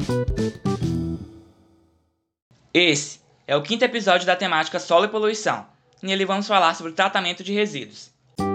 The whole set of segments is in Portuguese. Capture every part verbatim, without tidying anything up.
Esse é o quinto episódio da temática Solo e Poluição. Nele vamos falar sobre o tratamento de resíduos.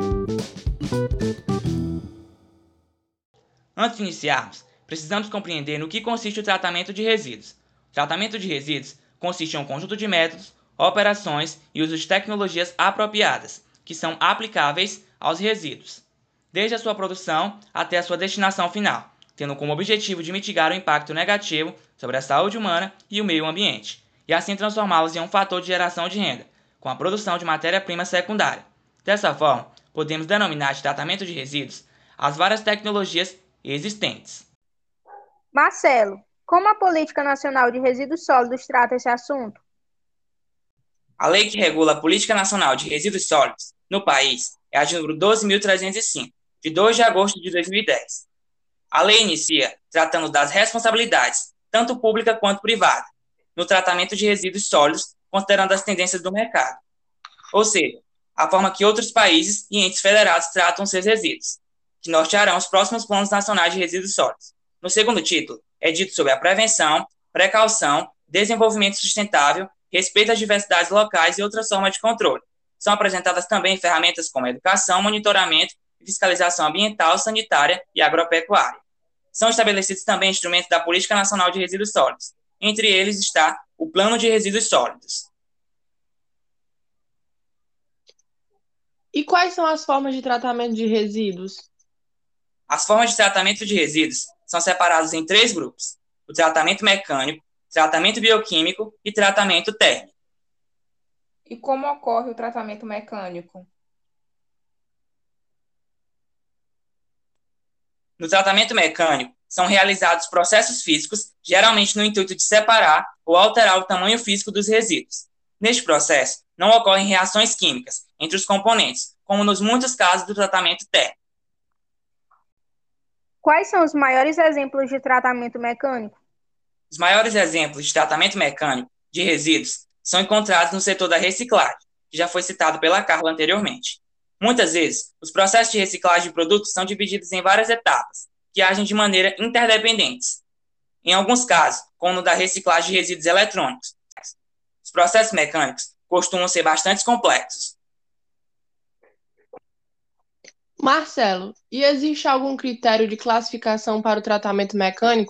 Antes de iniciarmos, precisamos compreender no que consiste o tratamento de resíduos. O tratamento de resíduos consiste em um conjunto de métodos, operações e uso de tecnologias apropriadas, que são aplicáveis aos resíduos, desde a sua produção até a sua destinação final, tendo como objetivo de mitigar o impacto negativo sobre a saúde humana e o meio ambiente, e assim transformá-los em um fator de geração de renda, com a produção de matéria-prima secundária. Dessa forma, podemos denominar de tratamento de resíduos as várias tecnologias existentes. Marcelo, como a Política Nacional de Resíduos Sólidos trata esse assunto? A lei que regula a Política Nacional de Resíduos Sólidos no país é a de número doze mil trezentos e cinco, de dois de agosto de dois mil e dez. A lei inicia tratando das responsabilidades, tanto pública quanto privada, no tratamento de resíduos sólidos, considerando as tendências do mercado. Ou seja, a forma que outros países e entes federados tratam seus resíduos, que nortearão os próximos planos nacionais de resíduos sólidos. No segundo título, é dito sobre a prevenção, precaução, desenvolvimento sustentável, respeito às diversidades locais e outras formas de controle. São apresentadas também ferramentas como educação, monitoramento e fiscalização ambiental, sanitária e agropecuária. São estabelecidos também instrumentos da Política Nacional de Resíduos Sólidos. Entre eles está o Plano de Resíduos Sólidos. E quais são as formas de tratamento de resíduos? As formas de tratamento de resíduos são separadas em três grupos: o tratamento mecânico, tratamento bioquímico e tratamento térmico. E como ocorre o tratamento mecânico? No tratamento mecânico, são realizados processos físicos, geralmente no intuito de separar ou alterar o tamanho físico dos resíduos. Neste processo, não ocorrem reações químicas entre os componentes, como nos muitos casos do tratamento térmico. Quais são os maiores exemplos de tratamento mecânico? Os maiores exemplos de tratamento mecânico de resíduos são encontrados no setor da reciclagem, que já foi citado pela Carla anteriormente. Muitas vezes, os processos de reciclagem de produtos são divididos em várias etapas, que agem de maneira interdependentes. Em alguns casos, como no da reciclagem de resíduos eletrônicos, os processos mecânicos costumam ser bastante complexos. Marcelo, e existe algum critério de classificação para o tratamento mecânico?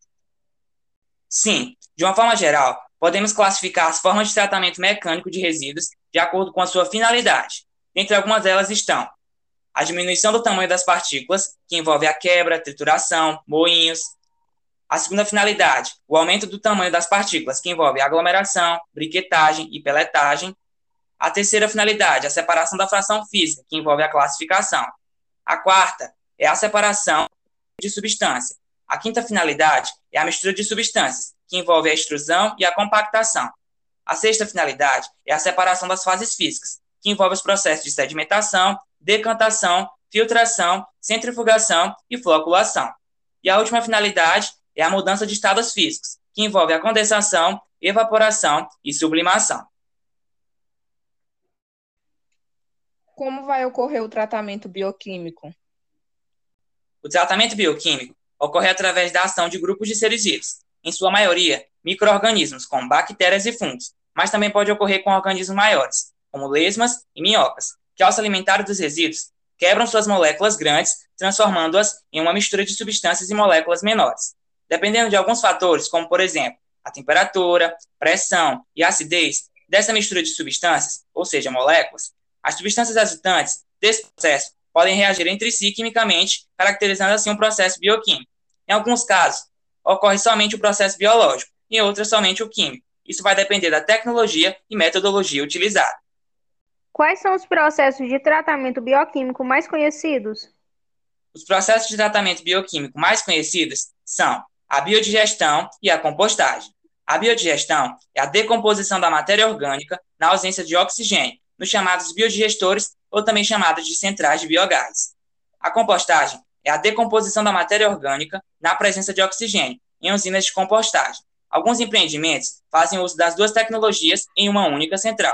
Sim, de uma forma geral, podemos classificar as formas de tratamento mecânico de resíduos de acordo com a sua finalidade. Entre algumas delas estão a diminuição do tamanho das partículas, que envolve a quebra, trituração, moinhos. A segunda finalidade, o aumento do tamanho das partículas, que envolve aglomeração, briquetagem e peletagem. A terceira finalidade, a separação da fração física, que envolve a classificação. A quarta é a separação de substância. A quinta finalidade é a mistura de substâncias, que envolve a extrusão e a compactação. A sexta finalidade é a separação das fases físicas, que envolve os processos de sedimentação, decantação, filtração, centrifugação e floculação. E a última finalidade é a mudança de estados físicos, que envolve a condensação, evaporação e sublimação. Como vai ocorrer o tratamento bioquímico? O tratamento bioquímico ocorre através da ação de grupos de seres vivos, em sua maioria micro-organismos, como bactérias e fungos, mas também pode ocorrer com organismos maiores, como lesmas e minhocas, que ao se alimentarem dos resíduos, quebram suas moléculas grandes, transformando-as em uma mistura de substâncias e moléculas menores. Dependendo de alguns fatores, como por exemplo, a temperatura, pressão e acidez dessa mistura de substâncias, ou seja, moléculas, as substâncias resultantes desse processo podem reagir entre si quimicamente, caracterizando assim um processo bioquímico. Em alguns casos, ocorre somente o processo biológico, em outros somente o químico. Isso vai depender da tecnologia e metodologia utilizada. Quais são os processos de tratamento bioquímico mais conhecidos? Os processos de tratamento bioquímico mais conhecidos são a biodigestão e a compostagem. A biodigestão é a decomposição da matéria orgânica na ausência de oxigênio, nos chamados biodigestores ou também chamados de centrais de biogás. A compostagem é a decomposição da matéria orgânica na presença de oxigênio, em usinas de compostagem. Alguns empreendimentos fazem uso das duas tecnologias em uma única central.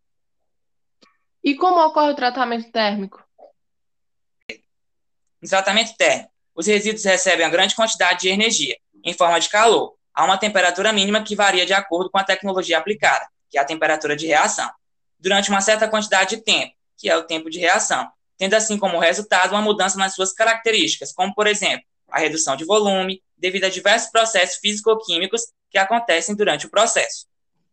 E como ocorre o tratamento térmico? No tratamento térmico, os resíduos recebem uma grande quantidade de energia, em forma de calor, a uma temperatura mínima que varia de acordo com a tecnologia aplicada, que é a temperatura de reação, durante uma certa quantidade de tempo, que é o tempo de reação, tendo assim como resultado uma mudança nas suas características, como, por exemplo, a redução de volume, devido a diversos processos físico-químicos que acontecem durante o processo.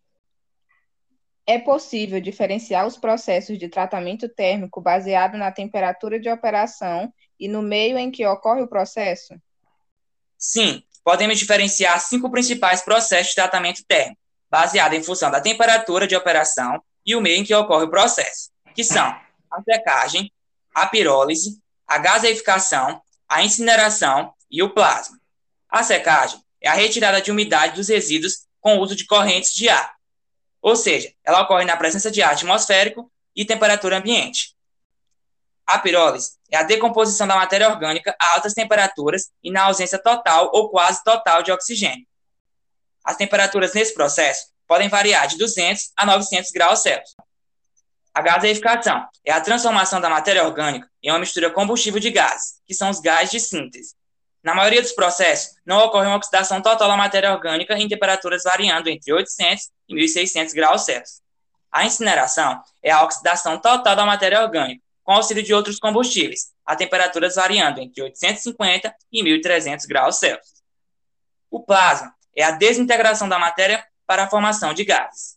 É possível diferenciar os processos de tratamento térmico baseado na temperatura de operação e no meio em que ocorre o processo? Sim, podemos diferenciar cinco principais processos de tratamento térmico, baseado em função da temperatura de operação e o meio em que ocorre o processo, que são a secagem, a pirólise, a gaseificação, a incineração e o plasma. A secagem é a retirada de umidade dos resíduos com o uso de correntes de ar, ou seja, ela ocorre na presença de ar atmosférico e temperatura ambiente. A pirólise é a decomposição da matéria orgânica a altas temperaturas e na ausência total ou quase total de oxigênio. As temperaturas nesse processo podem variar de duzentos a novecentos graus Celsius. A gaseificação é a transformação da matéria orgânica em uma mistura combustível de gases, que são os gases de síntese. Na maioria dos processos, não ocorre uma oxidação total da matéria orgânica em temperaturas variando entre oitocentos e mil e seiscentos graus Celsius. A incineração é a oxidação total da matéria orgânica, com auxílio de outros combustíveis, a temperaturas variando entre oitocentos e cinquenta e mil e trezentos graus Celsius. O plasma é a desintegração da matéria para a formação de gases.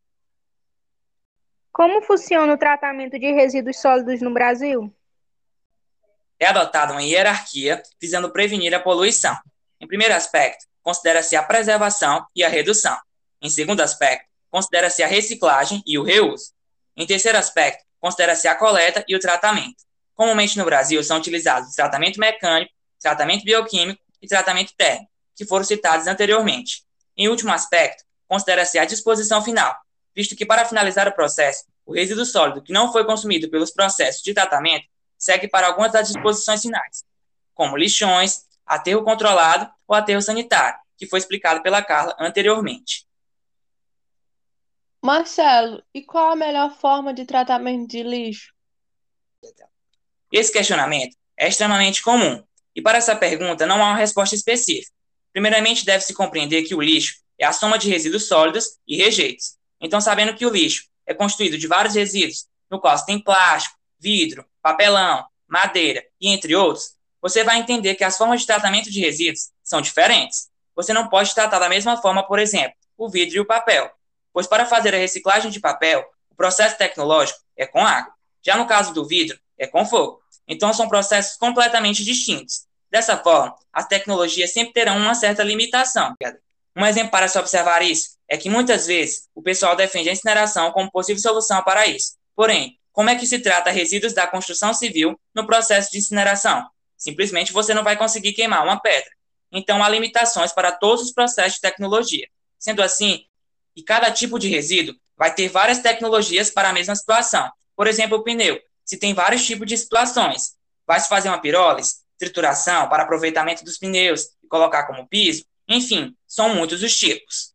Como funciona o tratamento de resíduos sólidos no Brasil? É adotada uma hierarquia visando prevenir a poluição. Em primeiro aspecto, considera-se a preservação e a redução. Em segundo aspecto, considera-se a reciclagem e o reuso. Em terceiro aspecto, considera-se a coleta e o tratamento. Comumente no Brasil são utilizados o tratamento mecânico, tratamento bioquímico e tratamento térmico, que foram citados anteriormente. Em último aspecto, considera-se a disposição final, visto que para finalizar o processo, o resíduo sólido que não foi consumido pelos processos de tratamento segue para algumas das disposições finais, como lixões, aterro controlado ou aterro sanitário, que foi explicado pela Carla anteriormente. Marcelo, e qual a melhor forma de tratamento de lixo? Esse questionamento é extremamente comum, e para essa pergunta não há uma resposta específica. Primeiramente, deve-se compreender que o lixo é a soma de resíduos sólidos e rejeitos. Então, sabendo que o lixo é constituído de vários resíduos, no qual se tem plástico, vidro, papelão, madeira e entre outros, você vai entender que as formas de tratamento de resíduos são diferentes. Você não pode tratar da mesma forma, por exemplo, o vidro e o papel, pois para fazer a reciclagem de papel, o processo tecnológico é com água. Já no caso do vidro, é com fogo. Então, são processos completamente distintos. Dessa forma, as tecnologias sempre terão uma certa limitação. Um exemplo para se observar isso é que muitas vezes o pessoal defende a incineração como possível solução para isso. Porém, como é que se trata resíduos da construção civil no processo de incineração? Simplesmente você não vai conseguir queimar uma pedra. Então, há limitações para todos os processos de tecnologia. Sendo assim, e cada tipo de resíduo vai ter várias tecnologias para a mesma situação. Por exemplo, o pneu. Se tem vários tipos de situações, vai-se fazer uma pirólise, trituração para aproveitamento dos pneus e colocar como piso. Enfim, são muitos os tipos.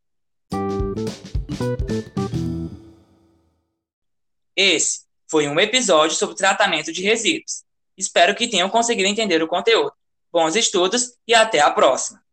Esse foi um episódio sobre tratamento de resíduos. Espero que tenham conseguido entender o conteúdo. Bons estudos e até a próxima!